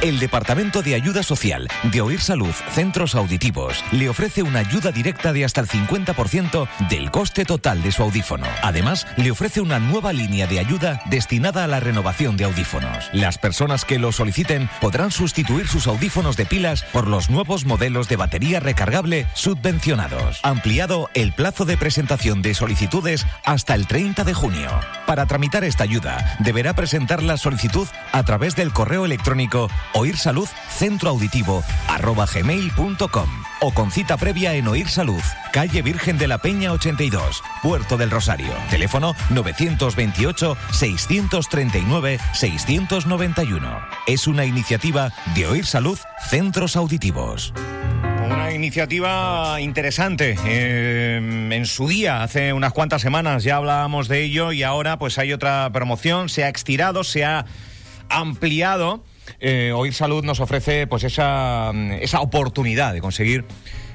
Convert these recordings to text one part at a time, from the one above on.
El Departamento de Ayuda Social de Oír Salud Centros Auditivos le ofrece una ayuda directa de hasta el 50% del coste total de su audífono. Además, le ofrece una nueva línea de ayuda destinada a la renovación de audífonos. Las personas que lo soliciten podrán sustituir sus audífonos de pilas por los nuevos modelos de batería recargable subvencionados. Ampliado el plazo de presentación de solicitudes hasta el 30 de junio. Para tramitar esta ayuda, deberá presentar la solicitud a través del correo electrónico oirsaludcentroauditivo@gmail.com o con cita previa en Oír Salud, calle Virgen de la Peña 82, Puerto del Rosario. Teléfono 928-639-691. Es una iniciativa de Oír Salud Centros Auditivos. Una iniciativa interesante. En su día, hace unas cuantas semanas, ya hablábamos de ello y ahora pues hay otra promoción, se ha estirado, se ha ampliado. Oír Salud nos ofrece pues esa oportunidad de conseguir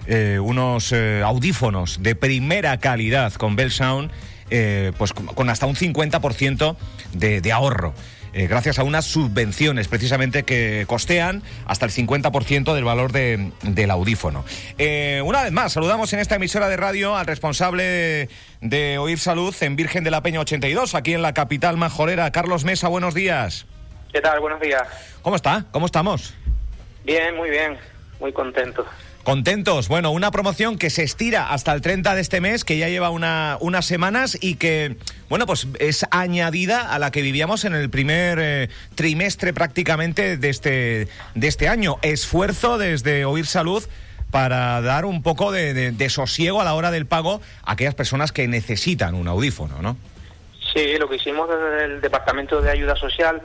unos audífonos de primera calidad con Bellsound, pues con hasta un 50% de ahorro. Gracias a unas subvenciones precisamente que costean hasta el 50% del valor del audífono. Una vez más, saludamos en esta emisora de radio al responsable de Oír Salud en Virgen de la Peña 82, aquí en la capital majorera. Carlos Mesa, buenos días. ¿Qué tal? Buenos días. ¿Cómo está? ¿Cómo estamos? Bien, muy contentos. Contentos. Bueno, una promoción que se estira hasta el 30 de este mes, que ya lleva unas semanas y que, bueno, pues es añadida a la que vivíamos en el primer trimestre prácticamente de este año. Esfuerzo desde Oír Salud para dar un poco de sosiego a la hora del pago a aquellas personas que necesitan un audífono, ¿no? Sí, lo que hicimos desde el Departamento de Ayuda Social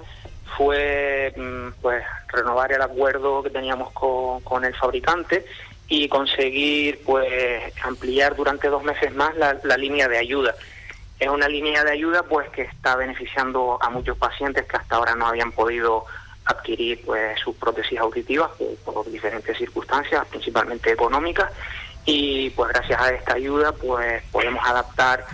fue pues renovar el acuerdo que teníamos con el fabricante y conseguir pues ampliar durante 2 meses más la línea de ayuda. Es una línea de ayuda pues que está beneficiando a muchos pacientes que hasta ahora no habían podido adquirir pues sus prótesis auditivas por diferentes circunstancias, principalmente económicas, y pues gracias a esta ayuda pues podemos adaptar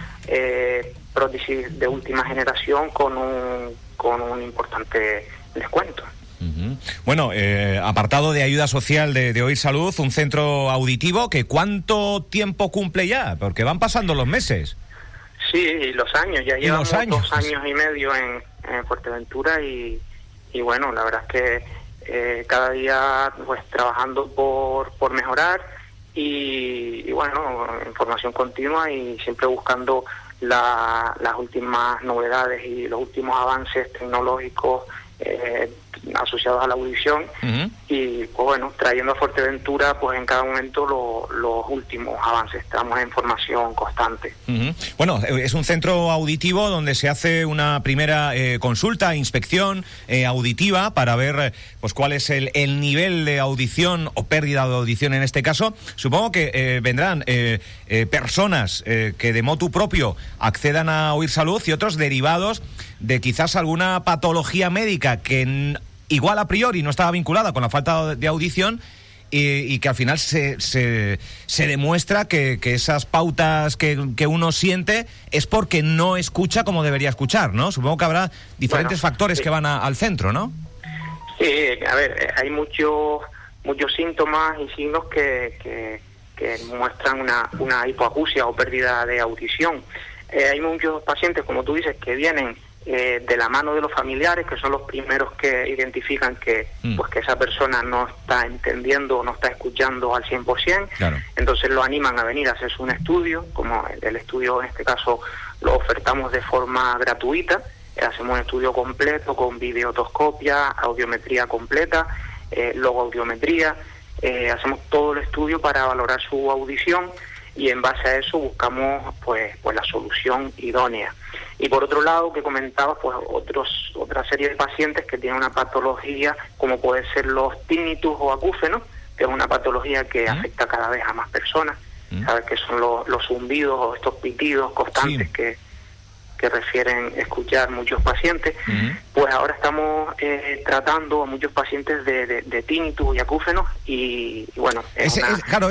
prótesis de última generación con un importante descuento. Uh-huh. Bueno, apartado de ayuda social de Oír Salud, un centro auditivo que ¿cuánto tiempo cumple ya? Porque van pasando los meses. Sí, los años, ya llevamos 2 años y medio en Fuerteventura y bueno, la verdad es que cada día pues trabajando por mejorar y bueno, información continua y siempre buscando las últimas novedades y los últimos avances tecnológicos asociados a la audición. Uh-huh. Y pues bueno, trayendo a Fuerteventura pues en cada momento los últimos avances. Estamos en formación constante. Uh-huh. Bueno, es un centro auditivo donde se hace una primera consulta, inspección auditiva para ver pues cuál es el nivel de audición o pérdida de audición en este caso. Supongo que vendrán personas que de motu propio accedan a Oír Salud y otros derivados de quizás alguna patología médica que igual a priori no estaba vinculada con la falta de audición y que al final se demuestra que esas pautas que uno siente es porque no escucha como debería escuchar, ¿no? Supongo que habrá diferentes factores sí, que van al centro, ¿no? Sí, a ver, hay muchos síntomas y signos que muestran una hipoacusia o pérdida de audición. Hay muchos pacientes, como tú dices, que vienen de la mano de los familiares, que son los primeros que identifican que pues que esa persona no está entendiendo o no está escuchando al 100%. Claro. Entonces lo animan a venir a hacerse un estudio, como el estudio en este caso lo ofertamos de forma gratuita. Hacemos un estudio completo con videotoscopia, audiometría completa, logoaudiometría. Hacemos todo el estudio para valorar su audición y en base a eso buscamos pues la solución idónea. Y por otro lado, que comentabas, pues otra serie de pacientes que tienen una patología como puede ser los tinnitus o acúfenos, que es una patología que afecta cada vez a más personas. Sabes que son los zumbidos o estos pitidos constantes que refieren escuchar muchos pacientes. Pues ahora estamos tratando a muchos pacientes de tinnitus y acúfenos y bueno... Es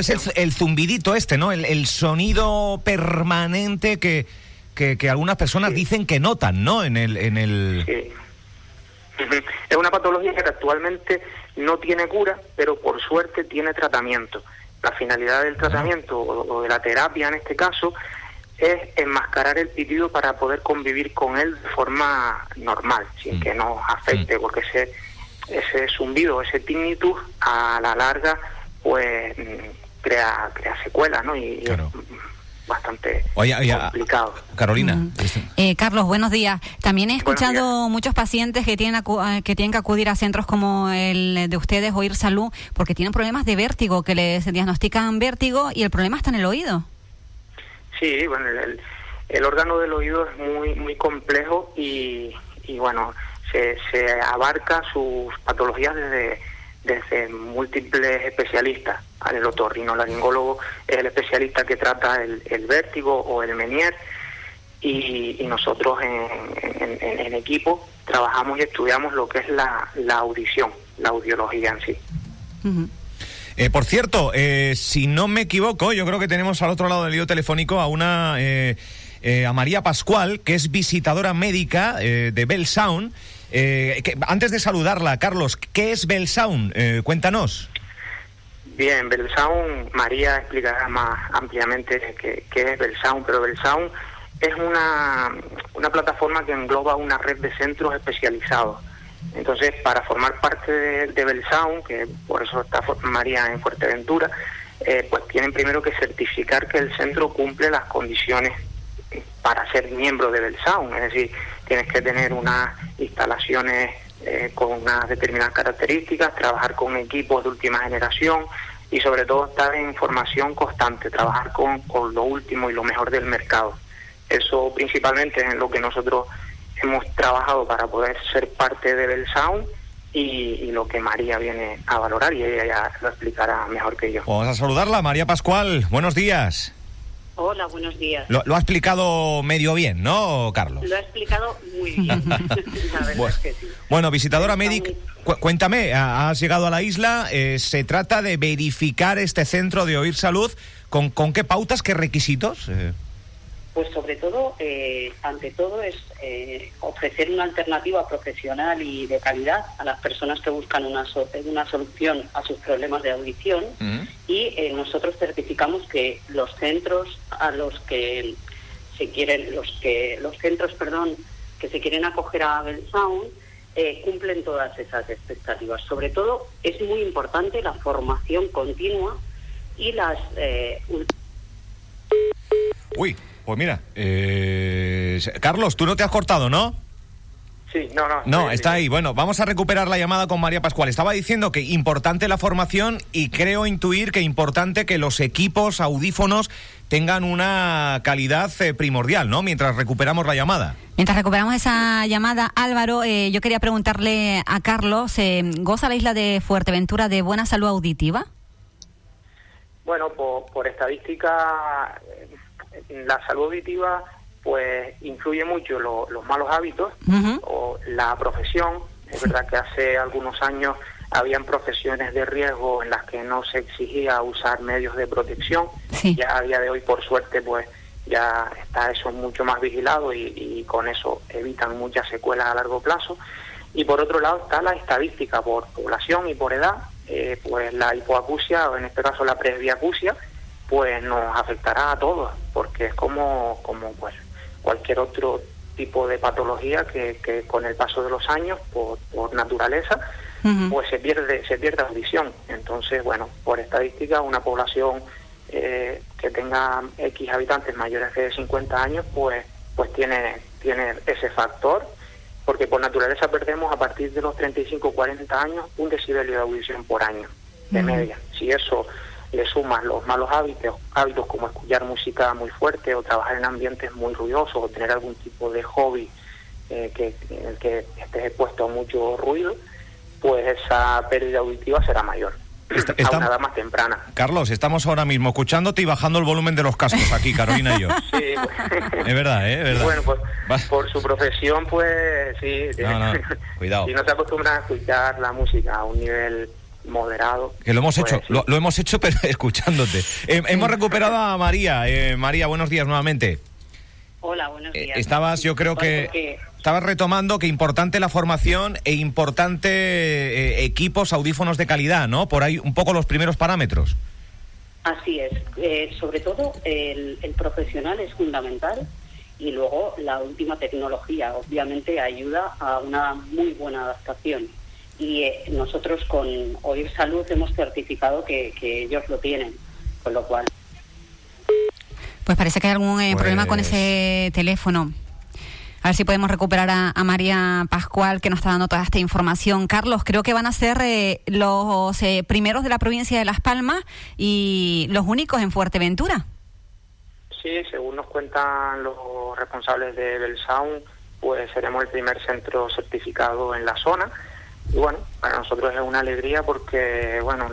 el zumbidito ¿no? El sonido permanente que algunas personas dicen que notan, ¿no? En el... Sí. Es una patología que actualmente no tiene cura, pero por suerte tiene tratamiento. La finalidad del tratamiento o de la terapia en este caso es enmascarar el pitido para poder convivir con él de forma normal, sin que nos afecte, porque ese zumbido, ese tinnitus, a la larga, pues crea secuelas, ¿no? Y claro, es bastante complicado. Carolina. Carlos, buenos días. También he escuchado muchos pacientes que tienen que acudir a centros como el de ustedes, Oír Salud, porque tienen problemas de vértigo, que les diagnostican vértigo y el problema está en el oído. Sí, bueno, el órgano del oído es muy complejo y bueno, se abarca sus patologías desde múltiples especialistas. El otorrinolaringólogo es el especialista que trata el vértigo o el Meniere, y nosotros en equipo trabajamos y estudiamos lo que es la audición, la audiología en sí. Uh-huh. Por cierto, si no me equivoco, yo creo que tenemos al otro lado del hilo telefónico a María Pascual, que es visitadora médica de Bellsound. Antes de saludarla, Carlos, ¿qué es Bellsound? Cuéntanos. Bien, Bellsound, María explicará más ampliamente qué es Bellsound, pero Bellsound es una plataforma que engloba una red de centros especializados. Entonces, para formar parte de Bellsound, que por eso está María en Fuerteventura, pues tienen primero que certificar que el centro cumple las condiciones para ser miembro de Bellsound, es decir, tienes que tener unas instalaciones con unas determinadas características, trabajar con equipos de última generación y sobre todo estar en formación constante, trabajar con lo último y lo mejor del mercado. Eso principalmente es en lo que nosotros hemos trabajado para poder ser parte de Bellsound y lo que María viene a valorar, y ella ya lo explicará mejor que yo. Vamos a saludarla. María Pascual, buenos días. Hola, buenos días. Lo ha explicado medio bien, ¿no, Carlos? Lo ha explicado muy bien. La verdad es que sí. Bueno, visitadora médica, cuéntame, has llegado a la isla, se trata de verificar este centro de Oír Salud, ¿con qué pautas, qué requisitos? Pues sobre todo, ante todo, es ofrecer una alternativa profesional y de calidad a las personas que buscan una solución a sus problemas de audición. Y nosotros certificamos que los centros a los que se quieren, los centros que se quieren acoger a Bellsound cumplen todas esas expectativas. Sobre todo, es muy importante la formación continua y las Uy, pues mira, Carlos, tú no te has cortado, ¿no? Sí, no. No, está ahí. Bueno, vamos a recuperar la llamada con María Pascual. Estaba diciendo que importante la formación y creo intuir que importante que los equipos, audífonos, tengan una calidad primordial, ¿no? Mientras recuperamos la llamada. Mientras recuperamos esa llamada, Álvaro, yo quería preguntarle a Carlos, ¿goza la isla de Fuerteventura de buena salud auditiva? Bueno, por estadística, la salud auditiva pues influye mucho los malos hábitos o la profesión. Es verdad que hace algunos años habían profesiones de riesgo en las que no se exigía usar medios de protección. Sí. Ya a día de hoy, por suerte, pues ya está eso mucho más vigilado y con eso evitan muchas secuelas a largo plazo. Y por otro lado está la estadística por población y por edad. Pues la hipoacusia, o en este caso la presbiacusia, pues nos afectará a todos, porque es como pues cualquier otro tipo de patología que con el paso de los años, por naturaleza, pues se pierde audición. Entonces, bueno, por estadística, una población que tenga X habitantes mayores de 50 años, pues tiene ese factor, porque por naturaleza perdemos a partir de los 35 o 40 años 1 decibelio de audición por año, de media. Si eso le sumas los malos hábitos como escuchar música muy fuerte o trabajar en ambientes muy ruidosos o tener algún tipo de hobby en el que estés expuesto a mucho ruido, pues esa pérdida auditiva será mayor. A una edad más temprana. Carlos, estamos ahora mismo escuchándote y bajando el volumen de los cascos aquí, Carolina y yo. Sí, es verdad, es verdad. Bueno, pues por su profesión, pues sí. No, cuidado. Si no se acostumbran a escuchar la música a un nivel moderado. Que lo hemos pues, hecho, sí. lo hemos hecho, pero escuchándote. Hemos recuperado a María. María, buenos días nuevamente. Hola, buenos días. Estabas retomando que importante la formación e importante equipos, audífonos de calidad, ¿no? Por ahí un poco los primeros parámetros. Así es. Sobre todo el profesional es fundamental y luego la última tecnología obviamente ayuda a una muy buena adaptación. Y nosotros con Oír Salud hemos certificado que ellos lo tienen, con lo cual... Pues parece que hay algún problema con ese teléfono. A ver si podemos recuperar a María Pascual, que nos está dando toda esta información. Carlos, creo que van a ser los primeros de la provincia de Las Palmas y los únicos en Fuerteventura. Sí, según nos cuentan los responsables de Belsound, pues seremos el primer centro certificado en la zona. Y bueno, para nosotros es una alegría porque, bueno,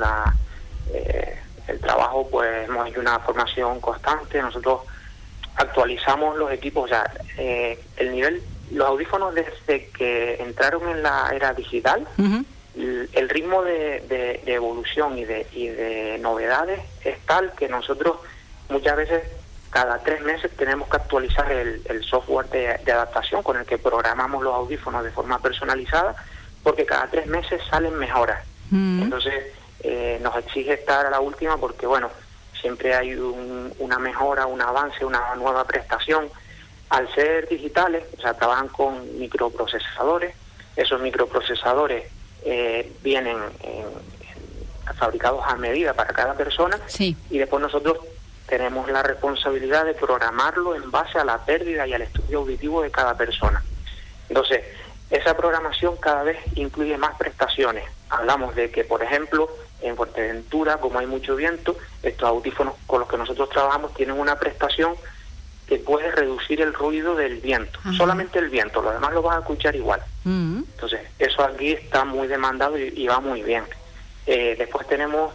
el trabajo, pues hemos hecho una formación constante. Nosotros actualizamos los equipos, o sea, el nivel, los audífonos desde que entraron en la era digital, el ritmo de evolución y de novedades es tal que nosotros muchas veces cada 3 meses tenemos que actualizar el software de adaptación con el que programamos los audífonos de forma personalizada, porque cada 3 meses salen mejoras. Entonces nos exige estar a la última porque, bueno, siempre hay una mejora, un avance, una nueva prestación. Al ser digitales, o sea, trabajan con microprocesadores. Esos microprocesadores vienen fabricados a medida para cada persona, sí. Y después nosotros tenemos la responsabilidad de programarlo en base a la pérdida y al estudio auditivo de cada persona. Entonces, esa programación cada vez incluye más prestaciones. Hablamos de que, por ejemplo, en Fuerteventura, como hay mucho viento, estos audífonos con los que nosotros trabajamos tienen una prestación que puede reducir el ruido del viento. Ajá. Solamente el viento, lo demás lo vas a escuchar igual. Entonces, eso aquí está muy demandado y va muy bien. Después tenemos,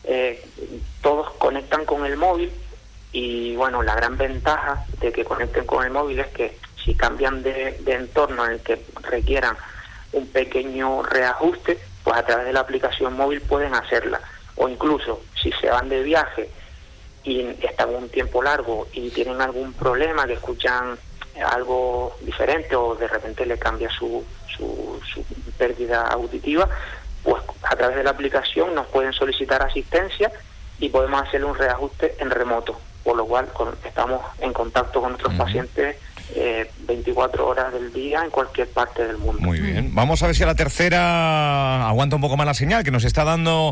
todos conectan con el móvil y, bueno, la gran ventaja de que conecten con el móvil es que si cambian de entorno en el que requieran un pequeño reajuste, pues a través de la aplicación móvil pueden hacerla. O incluso, si se van de viaje y están un tiempo largo y tienen algún problema, que escuchan algo diferente o de repente le cambia su pérdida auditiva, pues a través de la aplicación nos pueden solicitar asistencia y podemos hacerle un reajuste en remoto, por lo cual estamos en contacto con nuestros pacientes 24 horas del día en cualquier parte del mundo. Muy bien. Vamos a ver si a la tercera aguanta un poco más la señal, que nos está dando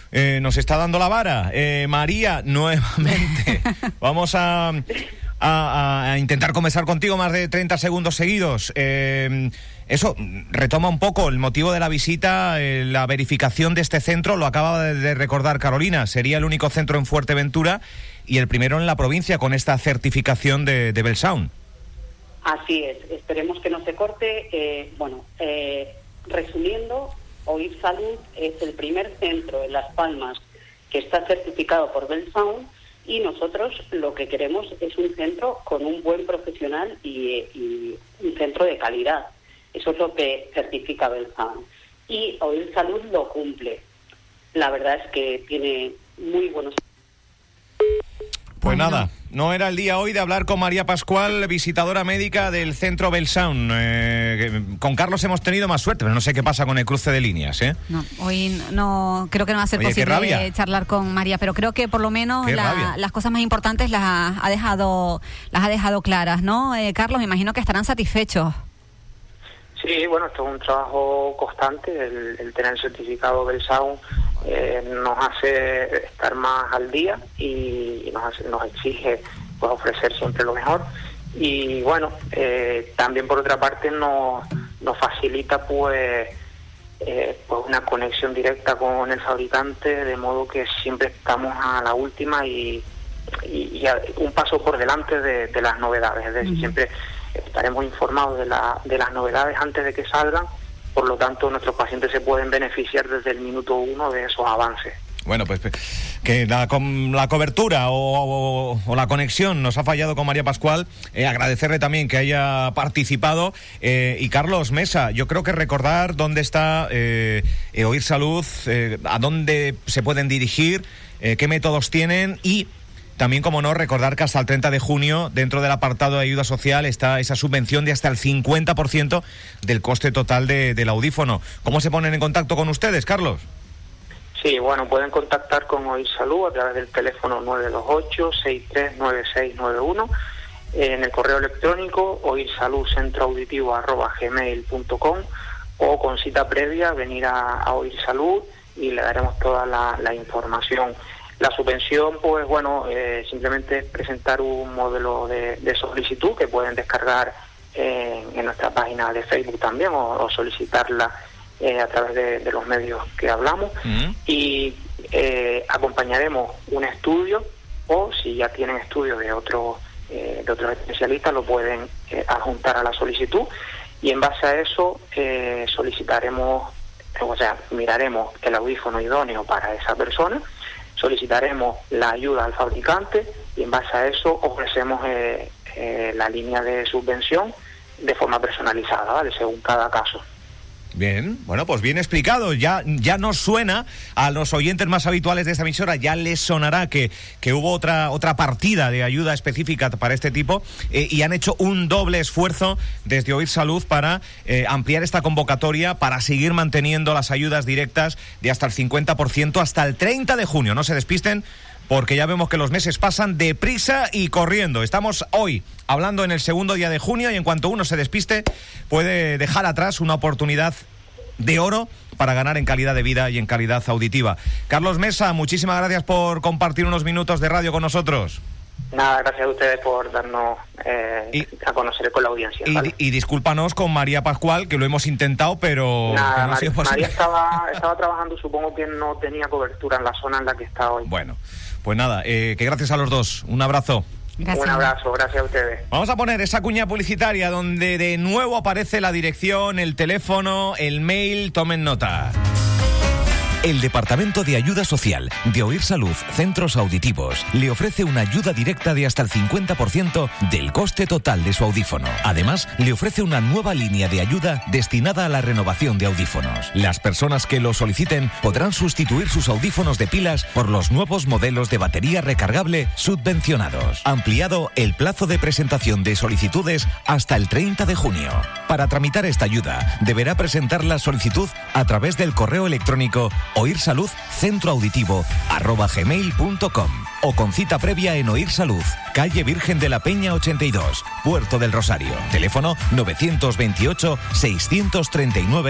la vara. María, nuevamente. Vamos a intentar conversar contigo más de 30 segundos seguidos. Eso retoma un poco el motivo de la visita, la verificación de este centro. Lo acaba de recordar Carolina. Sería el único centro en Fuerteventura y el primero en la provincia con esta certificación de Belsound. Así es, esperemos que no se corte. Resumiendo, Oír Salud es el primer centro en Las Palmas que está certificado por Belsound y nosotros lo que queremos es un centro con un buen profesional y un centro de calidad. Eso es lo que certifica Belsound. Y Oír Salud lo cumple. La verdad es que tiene muy buenos... Pues nada, no era el día hoy de hablar con María Pascual, visitadora médica del centro Belsound. Con Carlos hemos tenido más suerte, pero no sé qué pasa con el cruce de líneas, ¿eh? No, hoy no, creo que no va a ser posible charlar con María, pero creo que por lo menos las cosas más importantes las ha dejado claras, ¿no? Carlos, me imagino que estarán satisfechos. Sí, bueno, esto es un trabajo constante, el tener el certificado Belsound nos hace estar más al día y nos exige pues ofrecer siempre lo mejor y bueno, también por otra parte nos facilita pues una conexión directa con el fabricante, de modo que siempre estamos a la última y un paso por delante de las novedades, es decir, siempre estaremos informados de las novedades antes de que salgan. Por lo tanto, nuestros pacientes se pueden beneficiar desde el minuto 1 de esos avances. Bueno, pues que la cobertura o la conexión nos ha fallado con María Pascual. Agradecerle también que haya participado. Y Carlos Mesa, yo creo que recordar dónde está Oír Salud, a dónde se pueden dirigir, qué métodos tienen y también, como no, recordar que hasta el 30 de junio, dentro del apartado de ayuda social, está esa subvención de hasta el 50% del coste total del audífono. ¿Cómo se ponen en contacto con ustedes, Carlos? Sí, bueno, pueden contactar con Oír Salud a través del teléfono 928-639691, en el correo electrónico oirsaludcentroauditivo@gmail.com, o con cita previa venir a Oír Salud y le daremos toda la información. La subvención, pues bueno, simplemente es presentar un modelo de solicitud que pueden descargar en nuestra página de Facebook también, o solicitarla a través de los medios que hablamos. Y acompañaremos un estudio, o si ya tienen estudios de otros especialistas, lo pueden adjuntar a la solicitud, y en base a eso solicitaremos, o sea, miraremos el audífono idóneo para esa persona, solicitaremos la ayuda al fabricante, y en base a eso ofrecemos la línea de subvención de forma personalizada, ¿vale?, según cada caso. Bien, bueno, pues bien explicado. Ya nos suena a los oyentes más habituales de esta emisora, ya les sonará que hubo otra partida de ayuda específica para este tipo, y han hecho un doble esfuerzo desde Oír Salud para ampliar esta convocatoria, para seguir manteniendo las ayudas directas de hasta el 50% hasta el 30 de junio. No se despisten, porque ya vemos que los meses pasan deprisa y corriendo. Estamos hoy hablando en el segundo día de junio, y en cuanto uno se despiste puede dejar atrás una oportunidad de oro para ganar en calidad de vida y en calidad auditiva. Carlos Mesa, muchísimas gracias por compartir unos minutos de radio con nosotros. Nada, gracias a ustedes por darnos a conocer con la audiencia. ¿Vale? Y discúlpanos con María Pascual, que lo hemos intentado, pero nada, no ha sido posible. María estaba trabajando, supongo que no tenía cobertura en la zona en la que está hoy. Bueno, pues nada, que gracias a los dos. Un abrazo. Gracias. Un abrazo, gracias a ustedes. Vamos a poner esa cuña publicitaria donde de nuevo aparece la dirección, el teléfono, el mail. Tomen nota. El Departamento de Ayuda Social de Oír Salud Centros Auditivos le ofrece una ayuda directa de hasta el 50% del coste total de su audífono. Además, le ofrece una nueva línea de ayuda destinada a la renovación de audífonos. Las personas que lo soliciten podrán sustituir sus audífonos de pilas por los nuevos modelos de batería recargable subvencionados. Ampliado el plazo de presentación de solicitudes hasta el 30 de junio. Para tramitar esta ayuda, deberá presentar la solicitud a través del correo electrónico oirsaludcentroauditivo@gmail.com, o con cita previa en Oír Salud, calle Virgen de la Peña 82, Puerto del Rosario. Teléfono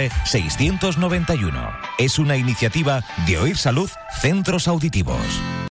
928-639-691. Es una iniciativa de Oír Salud Centros Auditivos.